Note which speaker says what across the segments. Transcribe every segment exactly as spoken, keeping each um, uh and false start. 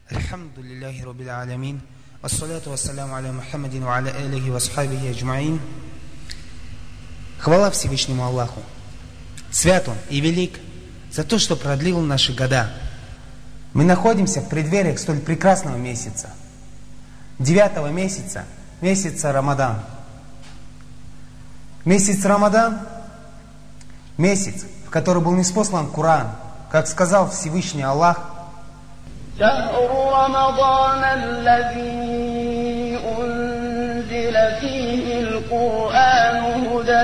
Speaker 1: Альхамдулиллахи Раббил Алямин. Вассаляту вассаляму аля Мухаммадин ва аля алихи ва асхабихи аджмаин. Хвала Всевышнему Аллаху. Свят Он и велик за то, что продлил наши года. Мы находимся в преддвериях столь прекрасного месяца. Девятого месяца, месяца Рамадан. Месяц Рамадан, месяц, в который был ниспослан Коран, как сказал Всевышний Аллах:
Speaker 2: شهر رمضان الذي أنزل فيه القرآن هدى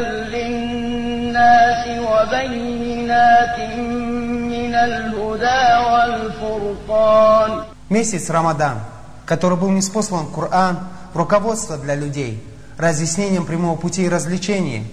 Speaker 2: للناس وبينات من الهدى والفرقان. Месяц Рамадан, в который был ниспослан Коран, руководство для людей, разъяснением прямого пути и развлечения.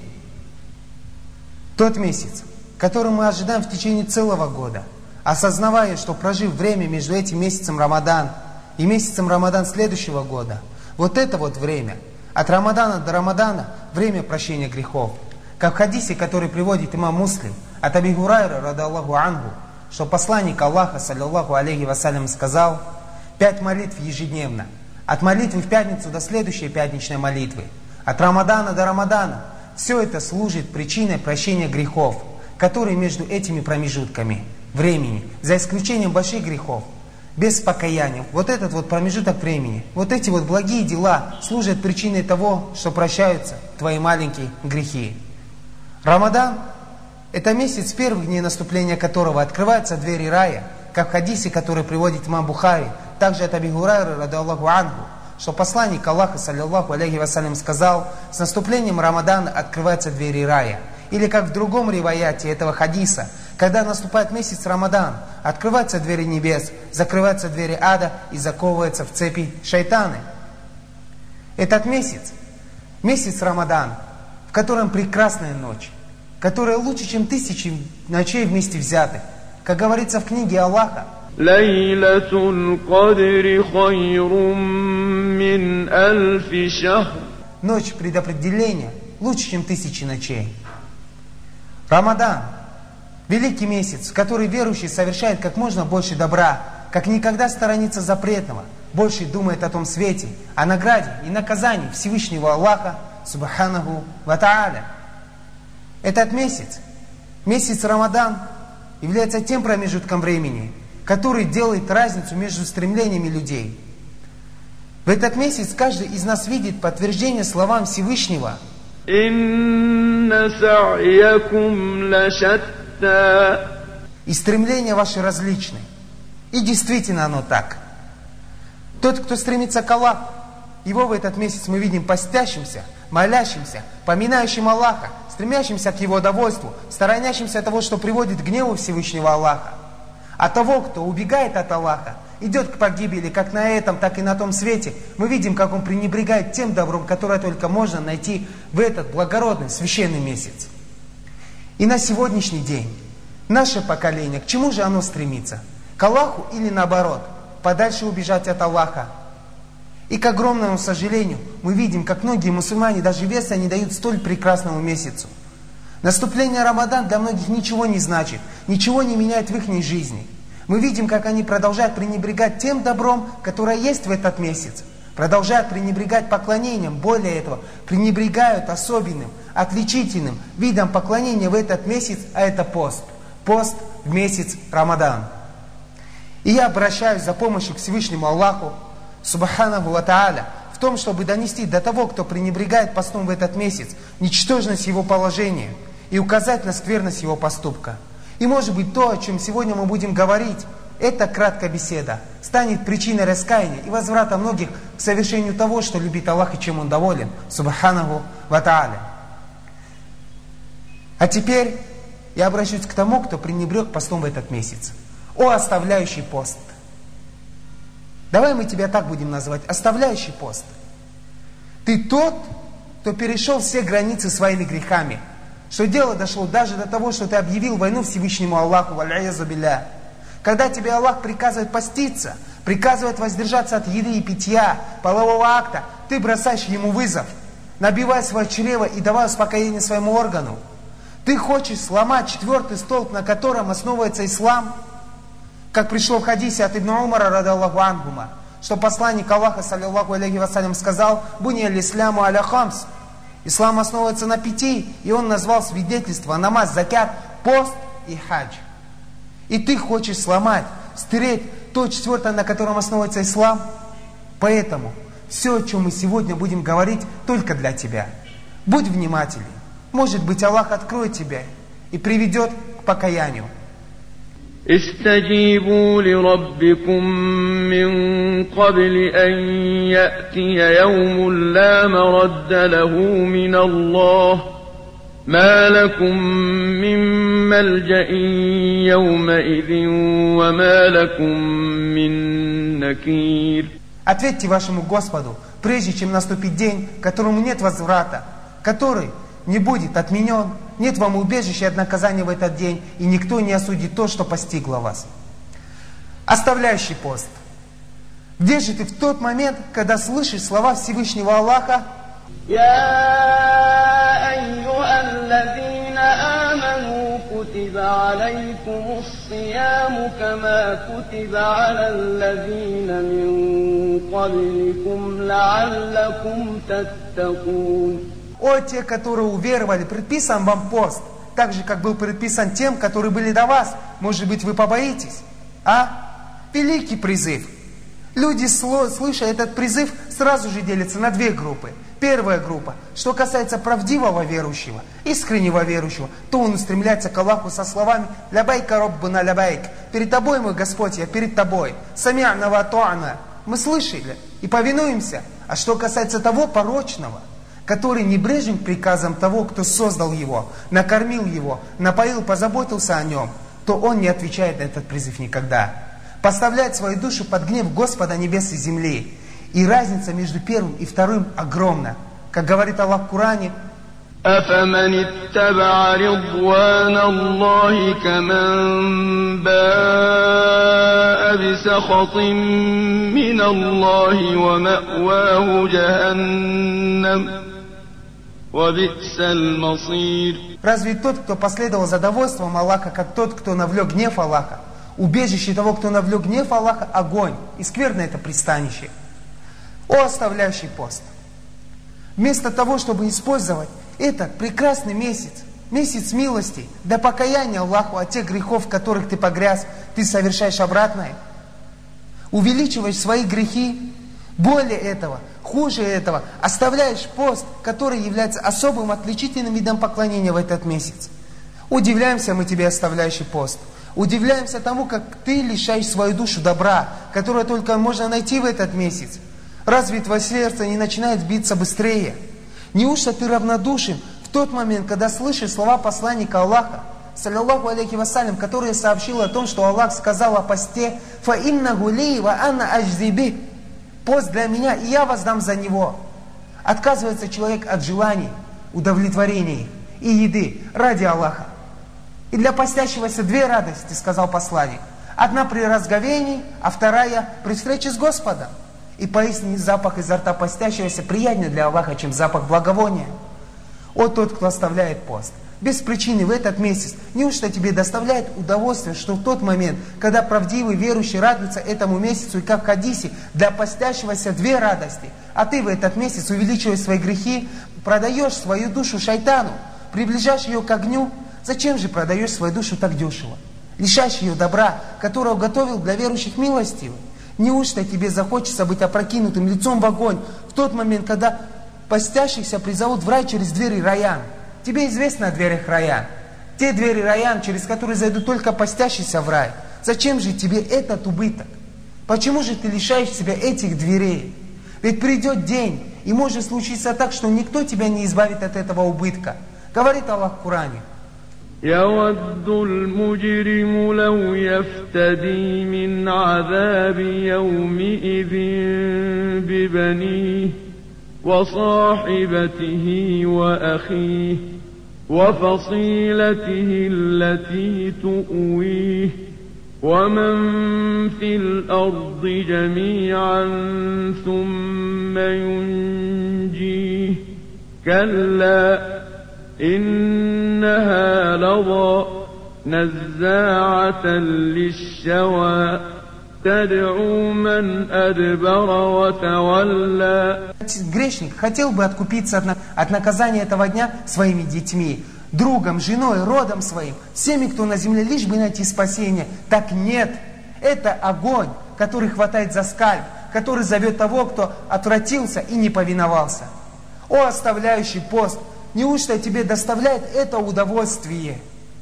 Speaker 2: Тот месяц, который мы ожидаем в течение целого года, осознавая, что прожив время между этим месяцем Рамадан и месяцем Рамадан следующего года, вот это вот время, от Рамадана до Рамадана, время прощения грехов. Как в хадисе, который приводит имам Муслим, от Аби Гурайры, ради Аллаху анху, что посланник Аллаха, саллиллаху алейхи вассалям, сказал: пять молитв ежедневно, от молитвы в пятницу до следующей пятничной молитвы, от Рамадана до Рамадана, все это служит причиной прощения грехов, которые между этими промежутками времени, за исключением больших грехов, без покаяния, вот этот вот промежуток времени, вот эти вот благие дела служат причиной того, что прощаются твои маленькие грехи. Рамадан – это месяц первых дней наступления которого открываются двери рая, как в хадисе, который приводит имам Бухари, также от Аби Гурайры, ради Аллаху анху, что посланник Аллаха, саллиллаху алейхи вассалям, сказал: с наступлением Рамадана открываются двери рая. Или как в другом риваяте этого хадиса: когда наступает месяц Рамадан, открываются двери небес, закрываются двери ада и заковываются в цепи шайтаны. Этот месяц, месяц Рамадан, в котором прекрасная ночь, которая лучше, чем тысячи ночей вместе взятых. Как говорится в книге Аллаха:
Speaker 3: Лейлатуль кадри хайрум мин альфи шахр.
Speaker 1: Ночь предопределения лучше, чем тысячи ночей. Рамадан – великий месяц, в который верующий совершает как можно больше добра, как никогда сторонится запретного, больше думает о том свете, о награде и наказании Всевышнего Аллаха, субханаху ва тааля. Этот месяц, месяц Рамадан, является тем промежутком времени, который делает разницу между стремлениями людей. В этот месяц каждый из нас видит подтверждение словам Всевышнего:
Speaker 3: «Инна са'якум лашатта».
Speaker 1: И стремления ваши различны. И действительно оно так. Тот, кто стремится к Аллаху, его в этот месяц мы видим постящимся, молящимся, поминающим Аллаха, стремящимся к Его довольству, сторонящимся того, что приводит к гневу Всевышнего Аллаха. А того, кто убегает от Аллаха, идет к погибели как на этом, так и на том свете, мы видим, как он пренебрегает тем добром, которое только можно найти в этот благородный священный месяц. И на сегодняшний день наше поколение, к чему же оно стремится? К Аллаху или наоборот, подальше убежать от Аллаха? И к огромному сожалению, мы видим, как многие мусульмане даже веса не дают столь прекрасному месяцу. Наступление Рамадан для многих ничего не значит, ничего не меняет в их жизни. Мы видим, как они продолжают пренебрегать тем добром, которое есть в этот месяц. Продолжают пренебрегать поклонением, более этого, пренебрегают особенным, отличительным видом поклонения в этот месяц, а это пост. Пост в месяц Рамадан. И я обращаюсь за помощью к Всевышнему Аллаху, субханаху ва тааля, в том, чтобы донести до того, кто пренебрегает постом в этот месяц, ничтожность его положения и указать на скверность его поступка. И может быть то, о чем сегодня мы будем говорить, эта краткая беседа станет причиной раскаяния и возврата многих к совершению того, что любит Аллах и чем Он доволен, субханаху ва тааля. А теперь я обращусь к тому, кто пренебрег постом в этот месяц. О, оставляющий пост! Давай мы тебя так будем называть: оставляющий пост. Ты тот, кто перешел все границы своими грехами. Что дело дошло даже до того, что ты объявил войну Всевышнему Аллаху, валь-язу билля. Когда тебе Аллах приказывает поститься, приказывает воздержаться от еды и питья, полового акта, ты бросаешь ему вызов, набивая свое чрево и давая успокоение своему органу. Ты хочешь сломать четвертый столб, на котором основывается ислам. Как пришло в хадисе от Ибн Умара, ради Аллаху анхума, что посланник Аллаха, саллиллаху алейхи вассалям, сказал: «Буни аль-исламу аля хамс». Ислам основывается на пяти, и он назвал свидетельство, намаз, закят, пост и хадж. И ты хочешь сломать, стереть то четвертое, на котором основывается ислам? Поэтому все, о чем мы сегодня будем говорить, только для тебя. Будь внимателен. Может быть, Аллах откроет тебя и приведет к покаянию.
Speaker 3: استجيبوا لربكم من قبل أن يأتي يوم لا مرد له من الله ما لكم من ملجأ يومئذ وما لكم من نكير.
Speaker 1: Ответьте вашему Господу, прежде чем наступит день, которому нет возврата, который не будет отменен, нет вам убежища от наказания в этот день, и никто не осудит то, что постигло вас. Оставляющий пост. Где же ты в тот момент, когда слышишь слова Всевышнего Аллаха?
Speaker 2: يا أيها الذين آمنوا كتب عليكم الصيام كما كتب على الذين من قبلكم لعلكم تتقون.
Speaker 1: О, те, которые уверовали, предписан вам пост, так же, как был предписан тем, которые были до вас. Может быть, вы побоитесь? А? Великий призыв. Люди, слыша этот призыв, сразу же делятся на две группы. Первая группа, что касается правдивого верующего, искреннего верующего, то он устремляется к Аллаху со словами «Лябайка роббуна лябайк», «Перед тобой, мой Господь, я перед тобой», «Сами'на ва ату'на», мы слышали и повинуемся. А что касается того порочного, который небрежен к приказам того, кто создал его, накормил его, напоил, позаботился о нем, то он не отвечает на этот призыв никогда. Поставляет свою душу под гнев Господа небес и земли. И разница между первым и вторым огромна. Как говорит Аллах в Коране:
Speaker 3: أفمن اتبع رضوان الله كمن باء بسخط من الله ومأواه جهنم وبئس المصير.
Speaker 1: Разве тот, кто последовал за довольством Аллаха, как тот, кто навлек гнев Аллаха? Убежище того, кто навлек гнев Аллаха, огонь. И скверно это пристанище. О, оставляющий пост! Вместо того, чтобы использовать этот прекрасный месяц, месяц милости, до покаяния Аллаху от тех грехов, в которых ты погряз, ты совершаешь обратное, увеличиваешь свои грехи, более этого, хуже этого, оставляешь пост, который является особым отличительным видом поклонения в этот месяц. Удивляемся мы тебе, оставляющий пост. Удивляемся тому, как ты лишаешь свою душу добра, которое только можно найти в этот месяц. Разве твое сердце не начинает биться быстрее? Неужто ты равнодушен в тот момент, когда слышишь слова посланника Аллаха, саллиллаху алейхи вассалям, который сообщил о том, что Аллах сказал о посте: «Фа иннаху ли ва ана аджзи бих». Пост для меня, и я воздам за него. Отказывается человек от желаний, удовлетворения и еды ради Аллаха. И для постящегося две радости, сказал посланник. Одна при разговении, а вторая при встрече с Господом. И поистине запах изо рта постящегося приятнее для Аллаха, чем запах благовония. О, тот, кто оставляет пост, без причины в этот месяц, неужто тебе доставляет удовольствие, что в тот момент, когда правдивый верующий радуется этому месяцу, и как в хадисе, для постящегося две радости, а ты в этот месяц, увеличивая свои грехи, продаешь свою душу шайтану, приближаешь ее к огню? Зачем же продаешь свою душу так дешево? Лишаешь ее добра, которое уготовил для верующих милостивый. Неужто тебе захочется быть опрокинутым лицом в огонь в тот момент, когда постящихся призовут в рай через двери раян? Тебе известно о дверях раян. Те двери раян, через которые зайдут только постящиеся в рай. Зачем же тебе этот убыток? Почему же ты лишаешь себя этих дверей? Ведь придет день, и может случиться так, что никто тебя не избавит от этого убытка. Говорит Аллах в Коране:
Speaker 3: يود المجرم لو يفتدي من عذاب يومئذ ببنيه وصاحبته وأخيه وفصيلته التي تؤويه ومن في الأرض جميعا ثم ينجيه كلا إنها لظى نزاعة للشوى تدعو من أدبر وتولى.
Speaker 1: Грешник хотел бы откупиться от, на... от наказания этого дня своими детьми, другом, женой, родом своим, всеми, кто на земле, лишь бы найти спасение. Так нет, это огонь, который хватает за скальп, который зовет того, кто отвратился и не повиновался. О, оставляющий пост, неужто тебе доставляет это удовольствие?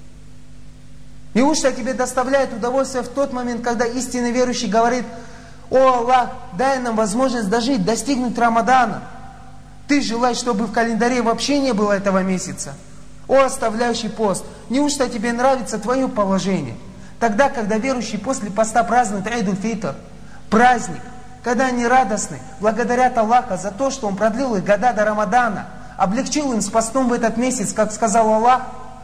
Speaker 1: Неужто тебе доставляет удовольствие в тот момент, когда истинный верующий говорит: «О Аллах, дай нам возможность дожить, достигнуть Рамадана». Ты желаешь, чтобы в календаре вообще не было этого месяца? О, оставляющий пост, неужто тебе нравится твое положение? Тогда, когда верующие после поста празднуют Айд-уль-Фитр, праздник, когда они радостны, благодарят Аллаха за то, что Он продлил их года до Рамадана, облегчил им с постом в этот месяц, как сказал Аллах: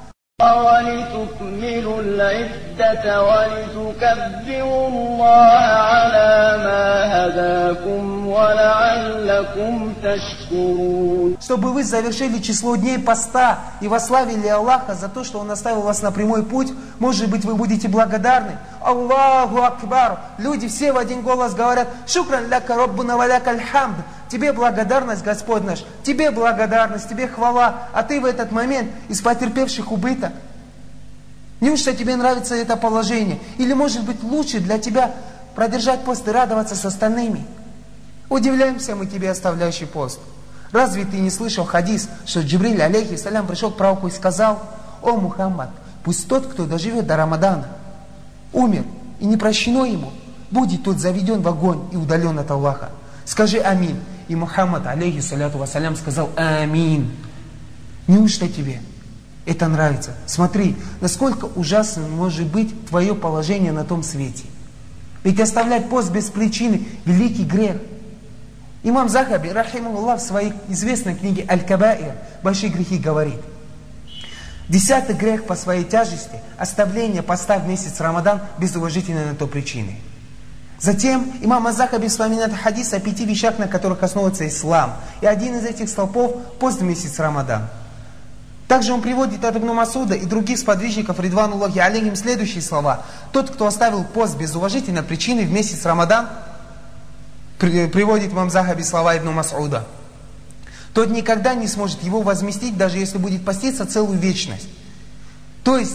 Speaker 2: ولتكملوا العدة ولتكبروا الله على ما هداكم ولعلكم تشكرون.
Speaker 1: Чтобы вы завершили число дней поста и восславили Аллаха за то, что Он оставил вас на прямой путь. Может быть, вы будете благодарны. Аллаху Акбар. Люди все в один голос говорят: «Шукран ляка роббуна ва лякаль хамд». Тебе благодарность, Господь наш, тебе благодарность, тебе хвала, а ты в этот момент из потерпевших убыток. Неужто тебе нравится это положение? Или может быть лучше для тебя продержать пост и радоваться с остальными? Удивляемся мы тебе, оставляющий пост. Разве ты не слышал хадис, что Джибриль, алейхиссалям, пришел к пророку и сказал: «О Мухаммад, пусть тот, кто доживет до Рамадана, умер и не прощено ему, будет тот заведен в огонь и удален от Аллаха. Скажи амин». И Мухаммад, алейхиссаляту вассалям, сказал: амин. Неужто тебе это нравится? Смотри, насколько ужасным может быть твое положение на том свете. Ведь оставлять пост без причины – великий грех. Имам Захаби, рахимахуллах, в своей известной книге Аль-Кабаир, «Большие грехи», говорит: десятый грех по своей тяжести – оставление поста в месяц Рамадан без уважительной на то причины. Затем имам Аз-Захаби вспоминает хадис о пяти вещах, на которых основывается ислам. И один из этих столпов – пост в месяц Рамадан. Также он приводит от Ибн Масуда и других сподвижников, ридвануллахи алейхим, следующие слова: тот, кто оставил пост без уважительной причины в месяц Рамадан, приводит имам Захаби слова Ибн Масуда, тот никогда не сможет его возместить, даже если будет поститься целую вечность. То есть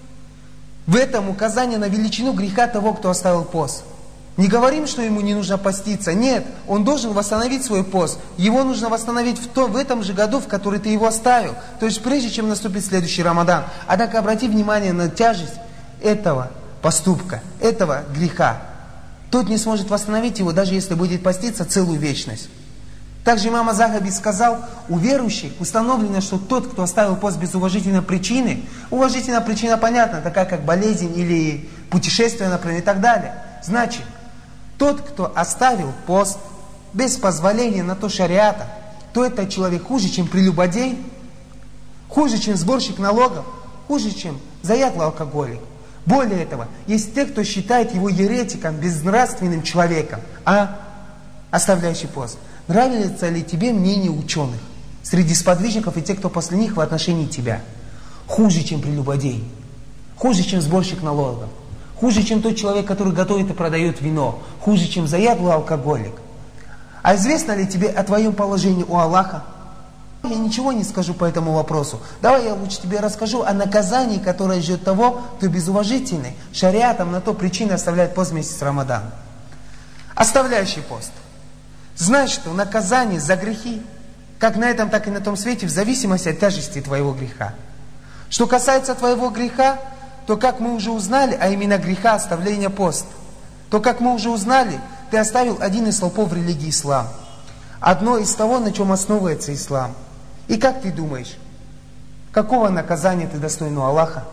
Speaker 1: в этом указание на величину греха того, кто оставил пост. Не говорим, что ему не нужно поститься. Нет, он должен восстановить свой пост. Его нужно восстановить в, то, в этом же году, в который ты его оставил. То есть прежде, чем наступит следующий Рамадан. Однако обрати внимание на тяжесть этого поступка, этого греха. Тот не сможет восстановить его, даже если будет поститься целую вечность. Также имам Аз-Захаби сказал: у верующих установлено, что тот, кто оставил пост без уважительной причины, уважительная причина понятна, такая как болезнь или путешествие, например, и так далее. Значит, тот, кто оставил пост без позволения на то шариата, то это человек хуже, чем прелюбодей, хуже, чем сборщик налогов, хуже, чем заядлый алкоголик. Более этого, есть те, кто считает его еретиком, безнравственным человеком, а оставляющий пост. Нравится ли тебе мнение ученых среди сподвижников и тех, кто после них в отношении тебя? Хуже, чем прелюбодей, хуже, чем сборщик налогов, хуже, чем тот человек, который готовит и продает вино, хуже, чем заядлый алкоголик. А известно ли тебе о твоем положении у Аллаха? Я ничего не скажу по этому вопросу. Давай я лучше тебе расскажу о наказании, которое ждет того, кто безуважительный, шариатом на то причины оставляет пост в месяц Рамадан. Оставляющий пост. Знай, что наказание за грехи, как на этом, так и на том свете, в зависимости от тяжести твоего греха. Что касается твоего греха, то, как мы уже узнали, а именно греха оставления поста, то, как мы уже узнали, ты оставил один из столпов религии ислам. Одно из того, на чем основывается ислам. И как ты думаешь, какого наказания ты достоин у Аллаха?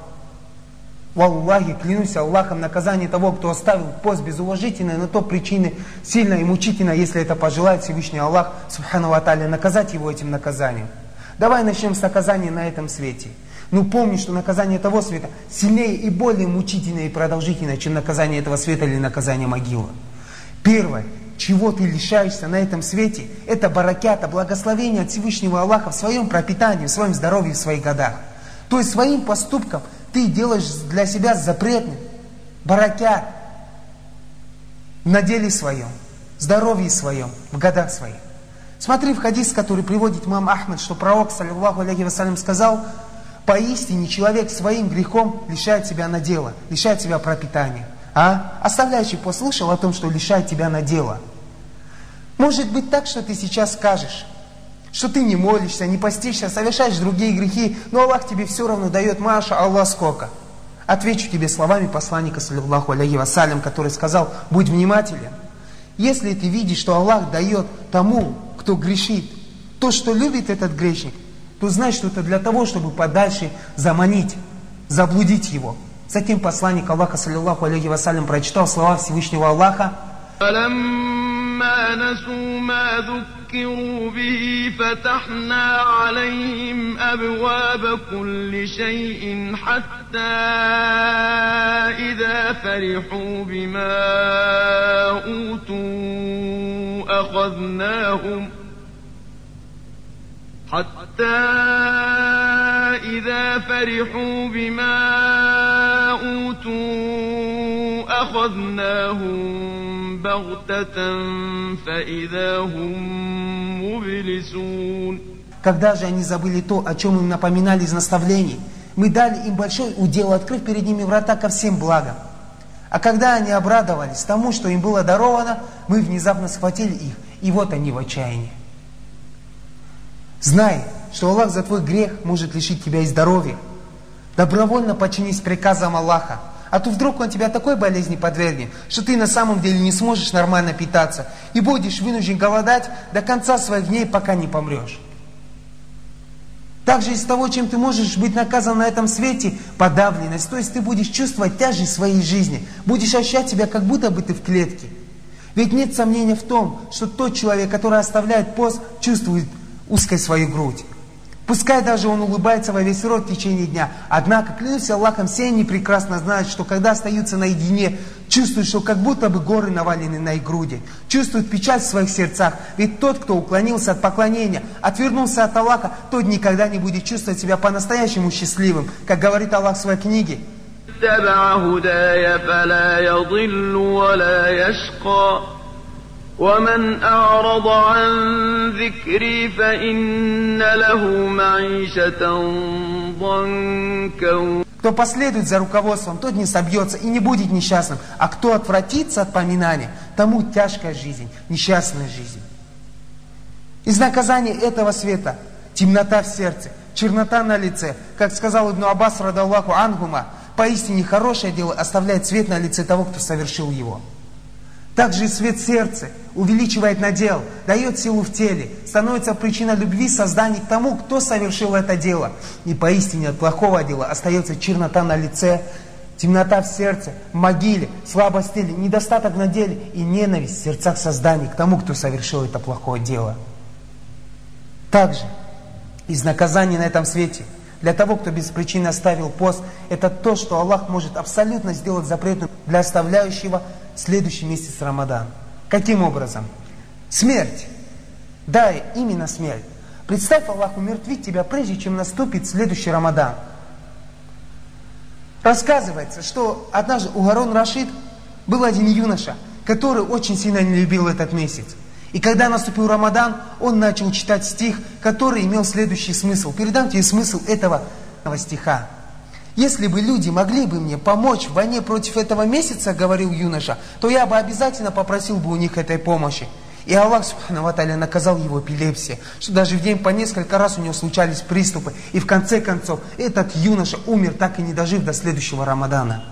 Speaker 1: Валлахи, клянусь Аллахом, наказание того, кто оставил пост безуважительной, на то причины сильно и мучительно, если это пожелает Всевышний Аллах, субхану ва тааля, наказать его этим наказанием. Давай начнем с наказания на этом свете. Ну помни, что наказание того света сильнее и более мучительное и продолжительное, чем наказание этого света или наказание могилы. Первое, чего ты лишаешься на этом свете, это баракята, благословения от Всевышнего Аллаха в своем пропитании, в своем здоровье, в своих годах. То есть своим поступком ты делаешь для себя запретным, баракят, на деле своем, здоровье своем, в годах своих. Смотри в хадис, который приводит имам Ахмад, что пророк, саллиллаху алейхи вассалям, сказал: поистине человек своим грехом лишает себя надела, лишает себя пропитания. А оставляющий послушал о том, что лишает тебя надела. Может быть так, что ты сейчас скажешь, что ты не молишься, не постишься, совершаешь другие грехи, но Аллах тебе все равно дает, маша Аллах, сколько. Отвечу тебе словами посланника, саллиллаху алейхи вассалям, который сказал: будь внимателен. Если ты видишь, что Аллах дает тому, кто грешит, то, что любит этот грешник, то знай, что это для того, чтобы подальше заманить, заблудить его. Затем посланник Аллаха, саллиллаху алейхи вассалям, прочитал слова Всевышнего Аллаха:
Speaker 3: فلما نسوا ما ذكروا به فتحنا عليهم أبواب كل شيء حتى إذا فرحوا بما أوتوا أخذناهم حتى إذا فرحوا بما أوتوا أخذناهم بغتة فإذا هم مبلسون.
Speaker 1: Когда же они забыли то, о чем им напоминали из наставлений, мы дали им большой удел, открыв перед ними врата ко всем благам. А когда они обрадовались тому, что им было даровано, мы внезапно схватили их, и вот они в отчаянии. Знай, что Аллах за твой грех может лишить тебя и здоровья. Добровольно подчинись приказам Аллаха, а то вдруг Он тебя такой болезни подвергнет, что ты на самом деле не сможешь нормально питаться и будешь вынужден голодать до конца своих дней, пока не помрешь. Также из того, чем ты можешь быть наказан на этом свете, подавленность, то есть ты будешь чувствовать тяжесть своей жизни, будешь ощущать себя, как будто бы ты в клетке. Ведь нет сомнения в том, что тот человек, который оставляет пост, чувствует узкой свою грудь. Пускай даже он улыбается во весь рот в течение дня, однако, клянусь Аллахом, все они прекрасно знают, что когда остаются наедине, чувствуют, что как будто бы горы навалены на их груди, чувствуют печаль в своих сердцах. Ведь тот, кто уклонился от поклонения, отвернулся от Аллаха, тот никогда не будет чувствовать себя по-настоящему счастливым, как говорит Аллах в своей книге:
Speaker 3: ومن أعرض عن ذكري فإن له معيشة ضنكا.
Speaker 1: Кто последует за руководством, тот не собьется и не будет несчастным. А кто отвратится от поминания, тому тяжкая жизнь, несчастная жизнь. Из наказания этого света темнота в сердце, чернота на лице. Как сказал Ибн Аббас, радаллаху анхума, поистине хорошее дело оставляет свет на лице того, кто совершил его. Также и свет сердца увеличивает надел, дает силу в теле, становится причиной любви создания к тому, кто совершил это дело. И поистине от плохого дела остается чернота на лице, темнота в сердце, в могиле, слабость в теле, недостаток на деле и ненависть в сердцах созданий к тому, кто совершил это плохое дело. Также из наказаний на этом свете для того, кто без причины оставил пост, это то, что Аллах может абсолютно сделать запретным для оставляющего следующий месяц Рамадан. Каким образом? Смерть. Да, именно смерть. Представь, Аллах умертвит тебя, прежде чем наступит следующий Рамадан. Рассказывается, что однажды у Гарун Рашид был один юноша, который очень сильно не любил этот месяц. И когда наступил Рамадан, он начал читать стих, который имел следующий смысл. Передам тебе смысл этого стиха. «Если бы люди могли бы мне помочь в войне против этого месяца, — говорил юноша, — то я бы обязательно попросил бы у них этой помощи». И Аллах, субхану ва тааля, наказал его эпилепсией, что даже в день по несколько раз у него случались приступы. И в конце концов, этот юноша умер, так и не дожив до следующего Рамадана.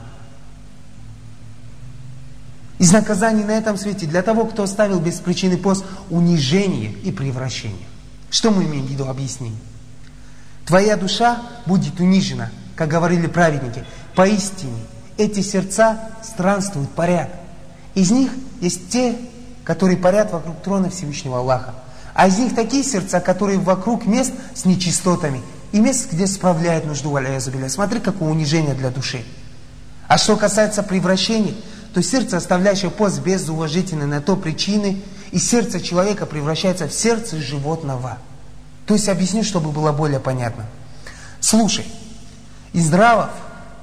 Speaker 1: Из наказаний на этом свете для того, кто оставил без причины пост, унижение и превращение. Что мы имеем в виду? Объяснение. Твоя душа будет унижена, как говорили праведники. Поистине, эти сердца странствуют, парят. Из них есть те, которые парят вокруг трона Всевышнего Аллаха. А из них такие сердца, которые вокруг мест с нечистотами и мест, где справляют нужду, валяязу билля. Смотри, какое унижение для души. А что касается превращений, то сердце, оставляющее пост без уважительной на то причины, и сердце человека превращается в сердце животного. То есть объясню, чтобы было более понятно. Слушай, из нравов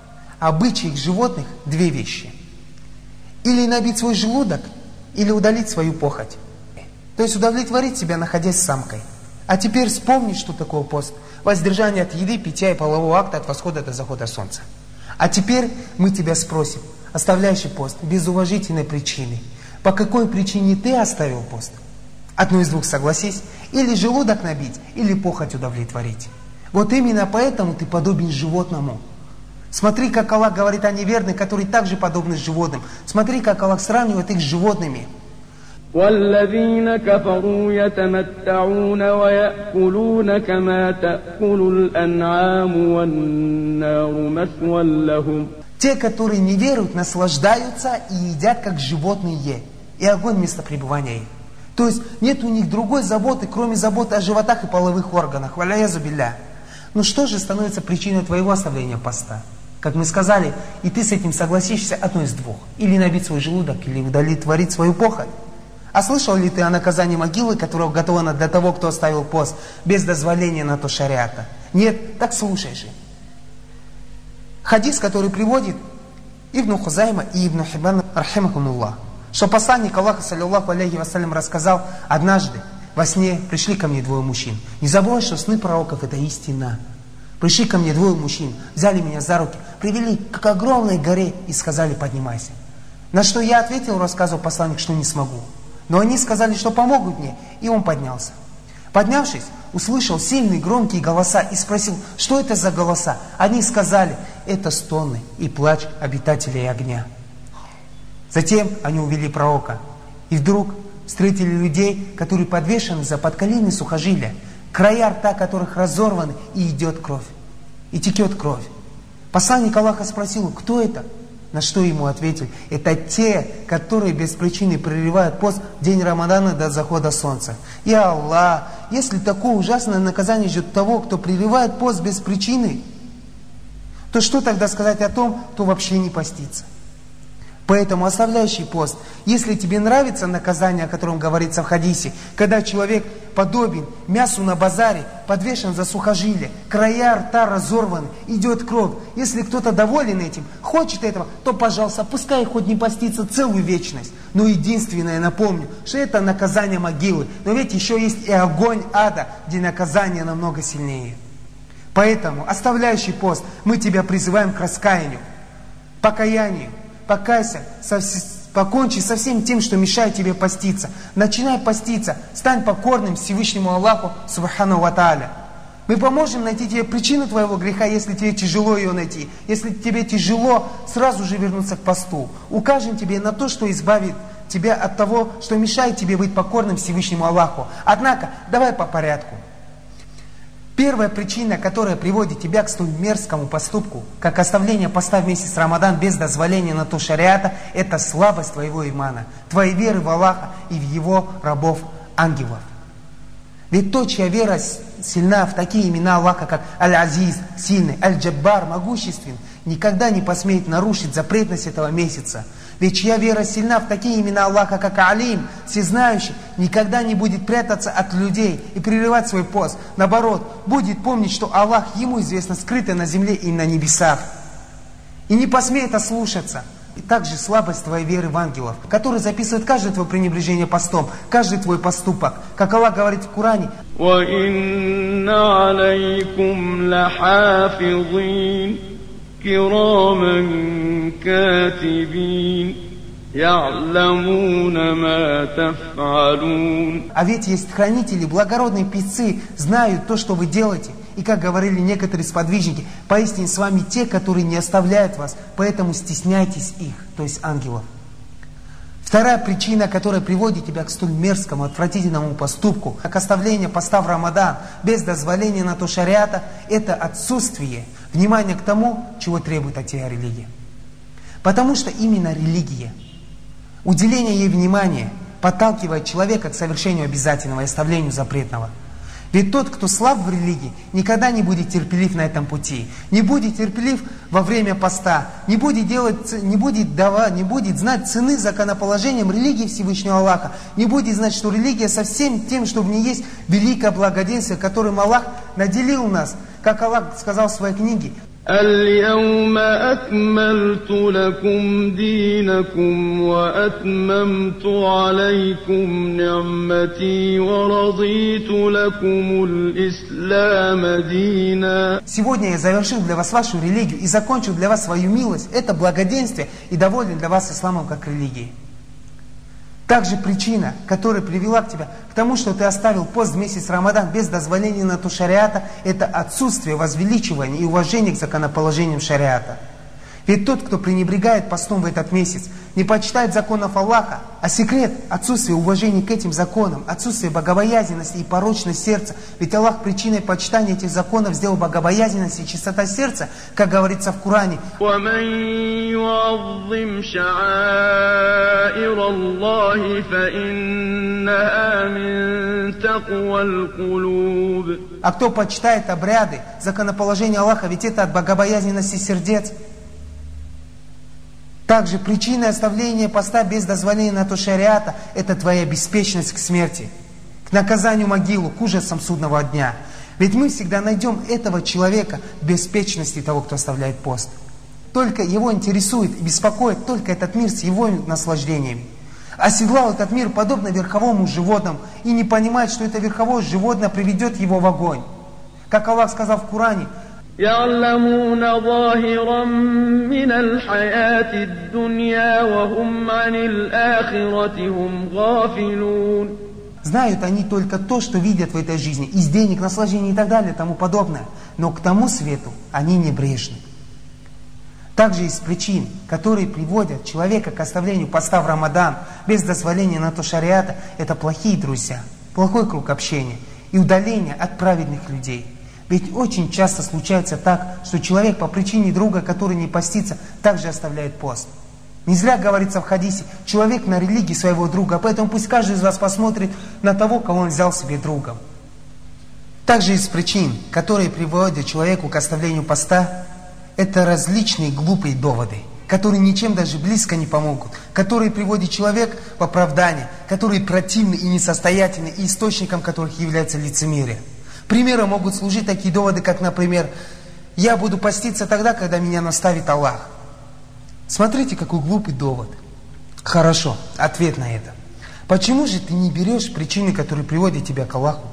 Speaker 1: обычаях животных две вещи. Или набить свой желудок, или удалить свою похоть. То есть удовлетворить себя, находясь с самкой. А теперь вспомни, что такое пост. Воздержание от еды, питья и полового акта от восхода до захода солнца. А теперь мы тебя спросим, оставляющий пост, без уважительной причины, по какой причине ты оставил пост? Одно из двух, согласись, или желудок набить, или похоть удовлетворить. Вот именно поэтому ты подобен животному. Смотри, как Аллах говорит о неверных, которые также подобны животным. Смотри, как Аллах сравнивает их с животными.
Speaker 2: والذين كفروا يتمتعون ويأكلون كما تأكل الأنعام والنار مثوى لهم.
Speaker 1: Те, которые не веруют, наслаждаются и едят, как животные, и огонь место пребывания их. То есть нет у них другой заботы, кроме заботы о животах и половых органах. Валяязу билля. Ну что же становится причиной твоего оставления поста? Как мы сказали, и ты с этим согласишься, одно из двух. Или набить свой желудок, или удовлетворить свою похоть. А слышал ли ты о наказании могилы, которая уготована для того, кто оставил пост, без дозволения на то шариата? Нет? Так слушай же. Хадис, который приводит Ибн Хузайма и Ибн Хиббан, рахимахумуллах, что посланник Аллаха, саллиллаху алейхи вассалям, рассказал: однажды во сне пришли ко мне двое мужчин. Не забывай, что сны пророков — это истина. Пришли ко мне двое мужчин, взяли меня за руки, привели к огромной горе и сказали: поднимайся. На что я ответил, рассказывал посланник, что не смогу. Но они сказали, что помогут мне, и он поднялся. Поднявшись, услышал сильные громкие голоса и спросил, что это за голоса. Они сказали: это стоны и плач обитателей огня. Затем они увели пророка. И вдруг встретили людей, которые подвешены за подколенные сухожилия, края рта которых разорваны, и идет кровь. И текет кровь. Посланник Аллаха спросил: кто это? На что ему ответили: это те, которые без причины прерывают пост в день Рамадана до захода солнца. И Аллах, если такое ужасное наказание ждет того, кто прерывает пост без причины, то что тогда сказать о том, кто вообще не постится? Поэтому оставляющий пост, если тебе нравится наказание, о котором говорится в хадисе, когда человек подобен мясу на базаре, подвешен за сухожилие, края рта разорваны, идет кровь. Если кто-то доволен этим, хочет этого, то, пожалуйста, пускай хоть не постится целую вечность. Но единственное, напомню, что это наказание могилы. Но ведь еще есть и огонь ада, где наказание намного сильнее. Поэтому, оставляющий пост, мы тебя призываем к раскаянию, покаянию. Покайся, со, покончи со всем тем, что мешает тебе поститься. Начинай поститься, стань покорным Всевышнему Аллаху, субхану ва тааля. Мы поможем найти тебе причину твоего греха, если тебе тяжело ее найти. Если тебе тяжело, сразу же вернуться к посту. Укажем тебе на то, что избавит тебя от того, что мешает тебе быть покорным Всевышнему Аллаху. Однако, давай по порядку. Первая причина, которая приводит тебя к столь мерзкому поступку, как оставление поста в месяц Рамадан без дозволения на то шариата, это слабость твоего имана, твоей веры в Аллаха и в Его рабов-ангелов. Ведь тот, чья вера сильна в такие имена Аллаха, как Аль-Азиз, сильный, Аль-Джаббар, могущественный, никогда не посмеет нарушить запретность этого месяца. Ведь чья вера сильна в такие имена Аллаха, как Алим, всезнающий, никогда не будет прятаться от людей и прерывать свой пост. Наоборот, будет помнить, что Аллах ему известно скрыто на земле и на небесах. И не посмеет ослушаться. И также слабость твоей веры в ангелов, которые записывают каждое твое пренебрежение постом, каждый твой поступок. Как Аллах говорит в Коране:
Speaker 3: وَإِنَّ عَلَيْكُمْ لَحَافِظِينَ كِرَامًا كَاتِبِينَ يَعْلَمُونَ مَا تَفْعَلُونَ.
Speaker 1: А ведь есть хранители, благородные писцы, знают то, что вы делаете. И как говорили некоторые сподвижники, поистине с вами те, которые не оставляют вас, поэтому стесняйтесь их, то есть ангелов. Вторая причина, которая приводит тебя к столь мерзкому, отвратительному поступку, как оставление поста в Рамадан без дозволения на то шариата, это отсутствие внимания к тому, чего требует от тебя религия. Потому что именно религия, уделение ей внимания, подталкивает человека к совершению обязательного и оставлению запретного. Ведь тот, кто слаб в религии, никогда не будет терпелив на этом пути, не будет терпелив во время поста, не будет, делать, не будет, давать, не будет знать цены законоположением религии Всевышнего Аллаха, не будет знать, что религия со всем тем, что в ней есть великое благоденствие, которым Аллах наделил нас. Как Аллах сказал в своей книге:
Speaker 3: اليوم أكملت لكم دينكم وأتممت عليكم نعمتي ورضيت لكم الإسلام دينا.
Speaker 1: Сегодня я завершил для вас вашу религию и закончил для вас свою милость. Это благоденствие и доволен для вас исламом как религией. Также причина, которая привела к тебе к тому, что ты оставил пост в месяц Рамадан без дозволения на то шариата, это отсутствие возвеличивания и уважения к законоположениям шариата. Ведь тот, кто пренебрегает постом в этот месяц, не почитает законов Аллаха, а секрет – отсутствие уважения к этим законам, отсутствие богобоязненности и порочность сердца. Ведь Аллах причиной почитания этих законов сделал богобоязненность и чистота сердца, как говорится в Коране. А кто почитает обряды, законоположения Аллаха, ведь это от богобоязненности сердец. Также причиной оставления поста без дозволения на то шариата – это твоя беспечность к смерти, к наказанию могилу, к ужасам судного дня. Ведь мы всегда найдем этого человека в беспечности того, кто оставляет пост. Только его интересует и беспокоит только этот мир с его наслаждениями. Оседлал этот мир подобно верховому животному и не понимает, что это верховое животное приведет его в огонь. Как Аллах сказал в Коране:
Speaker 3: يعلمون ظاهرا من الحياة الدنيا وهم عن الآخرة هم غافلون.
Speaker 1: Знают они только то, что видят в этой жизни, из денег, наслаждений и так далее, и тому подобное. Но к тому свету они небрежны. Также из причин, которые приводят человека к оставлению поста в Рамадан без дозволения на то шариата, это плохие друзья, плохой круг общения и удаление от праведных людей. Ведь очень часто случается так, что человек по причине друга, который не постится, также оставляет пост. Не зря говорится в хадисе: человек на религии своего друга, поэтому пусть каждый из вас посмотрит на того, кого он взял себе другом. Также из причин, которые приводят человеку к оставлению поста, это различные глупые доводы, которые ничем даже близко не помогут, которые приводят человека в оправдание, которые противны и несостоятельны, и источником которых является лицемерие. Примером могут служить такие доводы, как, например: «Я буду поститься тогда, когда меня наставит Аллах». Смотрите, какой глупый довод. Хорошо, ответ на это. Почему же ты не берешь причины, которые приводят тебя к Аллаху?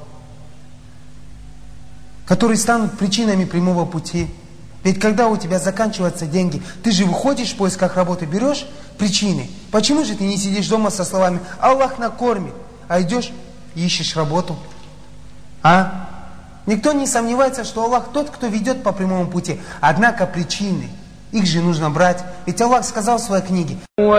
Speaker 1: Которые станут причинами прямого пути. Ведь когда у тебя заканчиваются деньги, ты же выходишь в поисках работы, берешь причины. Почему же ты не сидишь дома со словами «Аллах накормит», а идешь и ищешь работу? А? Никто не сомневается, что Аллах тот, кто ведет по прямому пути. Однако причины, их же нужно брать. Ведь Аллах сказал в своей книге: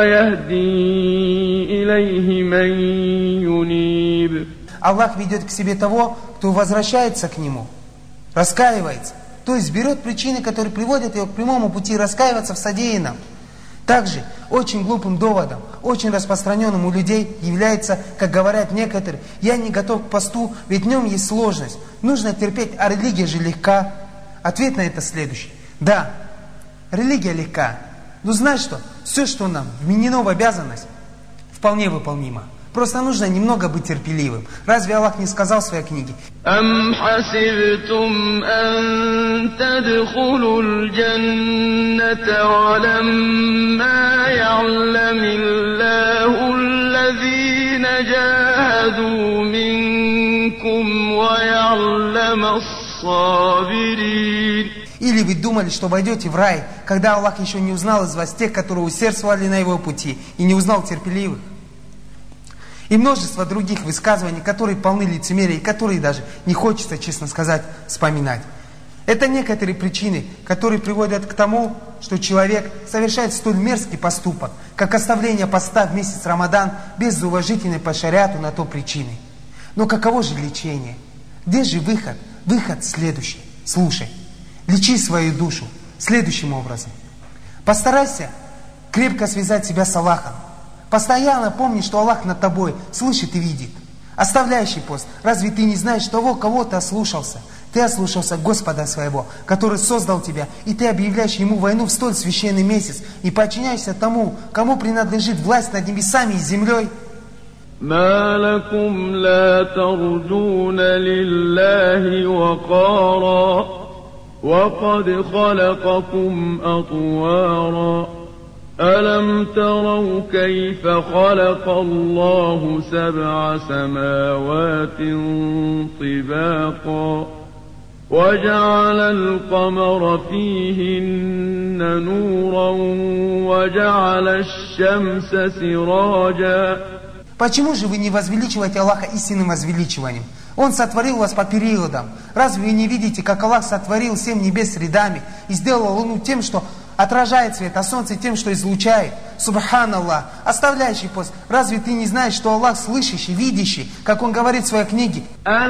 Speaker 1: Аллах ведет к себе того, кто возвращается к Нему, раскаивается. То есть берет причины, которые приводят его к прямому пути, раскаиваться в содеянном. Также очень глупым доводом, очень распространенным у людей является, как говорят некоторые: «Я не готов к посту, ведь в нем есть сложность. Нужно терпеть, а религия же легка». Ответ на это следующий: да, религия легка, но знай, что все, что нам вменено в обязанность, вполне выполнимо. Просто нужно немного быть терпеливым. Разве Аллах не сказал в своей книге:
Speaker 3: أَمْ حَسِبْتُمْ أَن تَدْخُلُوا الْجَنَّةَ وَلَمَّا يَعْلَمِ اللَّهُ الَّذِينَ جَاهَدُوا مِنكُمْ وَيَعْلَمَ الصَّابِرِينَ.
Speaker 1: Или вы думали, что войдете в рай, когда Аллах еще не узнал из вас тех, которые усердствовали на его пути, и не узнал терпеливых? И множество других высказываний, которые полны лицемерия, и которые даже не хочется, честно сказать, вспоминать. Это некоторые причины, которые приводят к тому, что человек совершает столь мерзкий поступок, как оставление поста в месяц Рамадан без уважительной по шариату на то причины. Но каково же лечение? Где же выход? Выход следующий. Слушай, лечи свою душу следующим образом. Постарайся крепко связать себя с Аллахом. Постоянно помни, что Аллах над тобой слышит и видит. Оставляющий пост, разве ты не знаешь того, кого ты ослушался? Ты ослушался Господа своего, который создал тебя, и ты объявляешь Ему войну в столь священный месяц, и подчиняешься тому, кому принадлежит власть над небесами и землей.
Speaker 3: ما لكم لا ترجون لله وقارا وقد خلقكم أطوارا ألم تروا كيف خلق الله سبع سماوات طباقا وجعل القمر فيهن نورا وجعل الشمس سراجا.
Speaker 1: Почему же вы не возвеличиваете Аллаха истинным возвеличиванием? Он сотворил вас по периодам. Разве вы не видите, как Аллах сотворил семь небес рядами и сделал Луну тем, что отражает свет, а солнце тем, что излучает? Субханаллах, оставляющий пост. Разве ты не знаешь, что Аллах слышащий, видящий, как Он говорит в своей книге?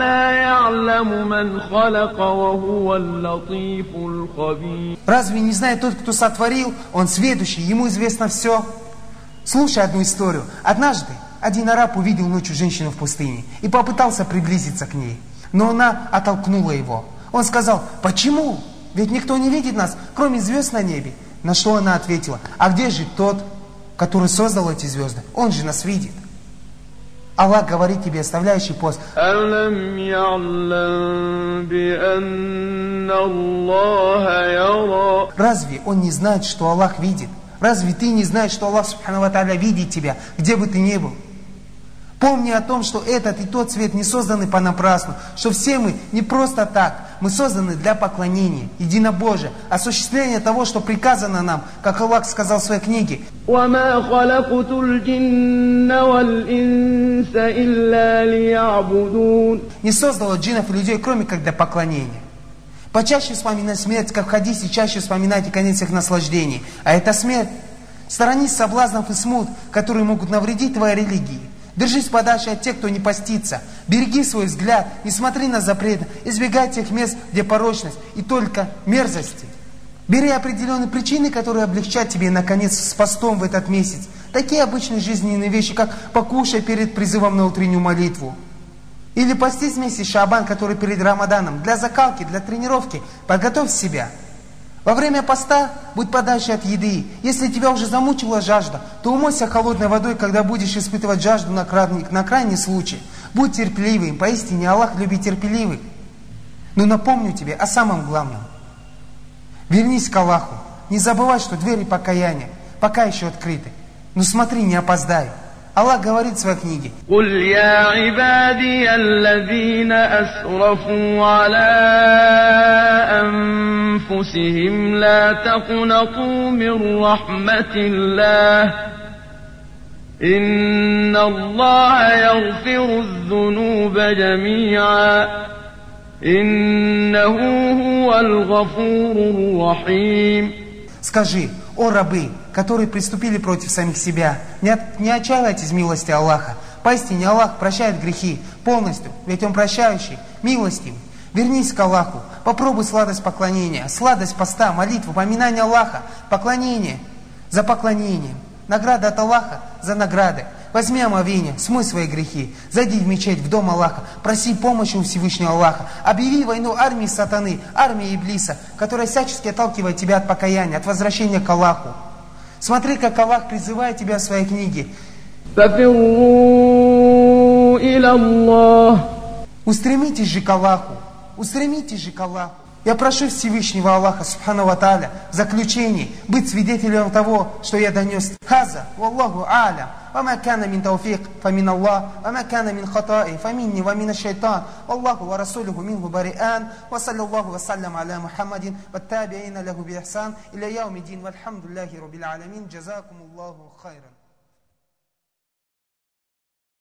Speaker 1: Разве не знает тот, кто сотворил? Он сведущий, ему известно все. Слушай одну историю. Однажды один араб увидел ночью женщину в пустыне и попытался приблизиться к ней. Но она оттолкнула его. Он сказал: почему? Ведь никто не видит нас, кроме звезд на небе. На что она ответила: а где же тот, который создал эти звезды? Он же нас видит. Аллах говорит тебе, оставляющий пост: разве он не знает, что Аллах видит? Разве ты не знаешь, что Аллах Субхану ва Тааля видит тебя, где бы ты ни был? Помни о том, что этот и тот свет не созданы понапрасну, что все мы не просто так, мы созданы для поклонения, единобожия, осуществления того, что приказано нам, как Аллах сказал в своей книге. Не создал джиннов и людей, кроме как для поклонения. Почаще вспоминай смерть, как в хадисе, чаще вспоминайте конец их наслаждений. А это смерть. Сторонись соблазнов и смут, которые могут навредить твоей религии. Держись подальше от тех, кто не постится. Береги свой взгляд, не смотри на запреты, избегай тех мест, где порочность и только мерзости. Бери определенные причины, которые облегчат тебе, наконец, с постом в этот месяц. Такие обычные жизненные вещи, как покушай перед призывом на утреннюю молитву. Или постись вместе с Шаабан, который перед Рамаданом. Для закалки, для тренировки. Подготовь себя. Во время поста будь подальше от еды. Если тебя уже замучила жажда, то умойся холодной водой, когда будешь испытывать жажду на крайний, на крайний случай. Будь терпеливым. Поистине Аллах любит терпеливых. Но напомню тебе о самом главном. Вернись к Аллаху. Не забывай, что двери покаяния пока еще открыты. Но смотри, не опоздай. Аллах говорит в своей книге:
Speaker 3: قُلْ يَا عِبَادِيَ الَّذِينَ أَسْرَفُوا عَلَىٰ أَنفُسِهِمْ لَا تَقْنَطُوا مِنْ رَحْمَةِ اللَّهِ إِنَّ اللَّهَ يَغْفِرُ الذُّنُوبَ جَمِيعًا إِنَّهُ هُوَ الْغَفُورُ الرَّحِيمُ.
Speaker 1: Скажи: о рабы, которые приступили против самих себя, не, от, не отчаивайтесь милости Аллаха. Поистине Аллах прощает грехи полностью, ведь Он прощающий, милостивый. Вернись к Аллаху, попробуй сладость поклонения, сладость поста, молитвы, поминания Аллаха, поклонение за поклонением, награда от Аллаха за награды. Возьми омовение, смой свои грехи, зайди в мечеть, в дом Аллаха, проси помощи у Всевышнего Аллаха, объяви войну армии сатаны, армии Иблиса, которая всячески отталкивает тебя от покаяния, от возвращения к Аллаху. Смотри, как Аллах призывает тебя в своей книге. Устремитесь же к Аллаху, устремитесь же к Аллаху. Я прошу Всевышнего Аллаха, Субхану ва Тааля, в заключении быть свидетелем того, что я донес. Хаза, валлаху а'лям, ва ма кана мин тауфик, фа мин Аллах, ва ма кана мин хатаи, фа минни, ва мин аш-шайтан, валлаху ва расулюху минху бариан, ва саллаллаху ва саллям аля Мухаммадин, ва табиина лаху би ихсан, иля яуми дин, вальхамдулиллахи раббил аламин, джазакумуллаху хайран.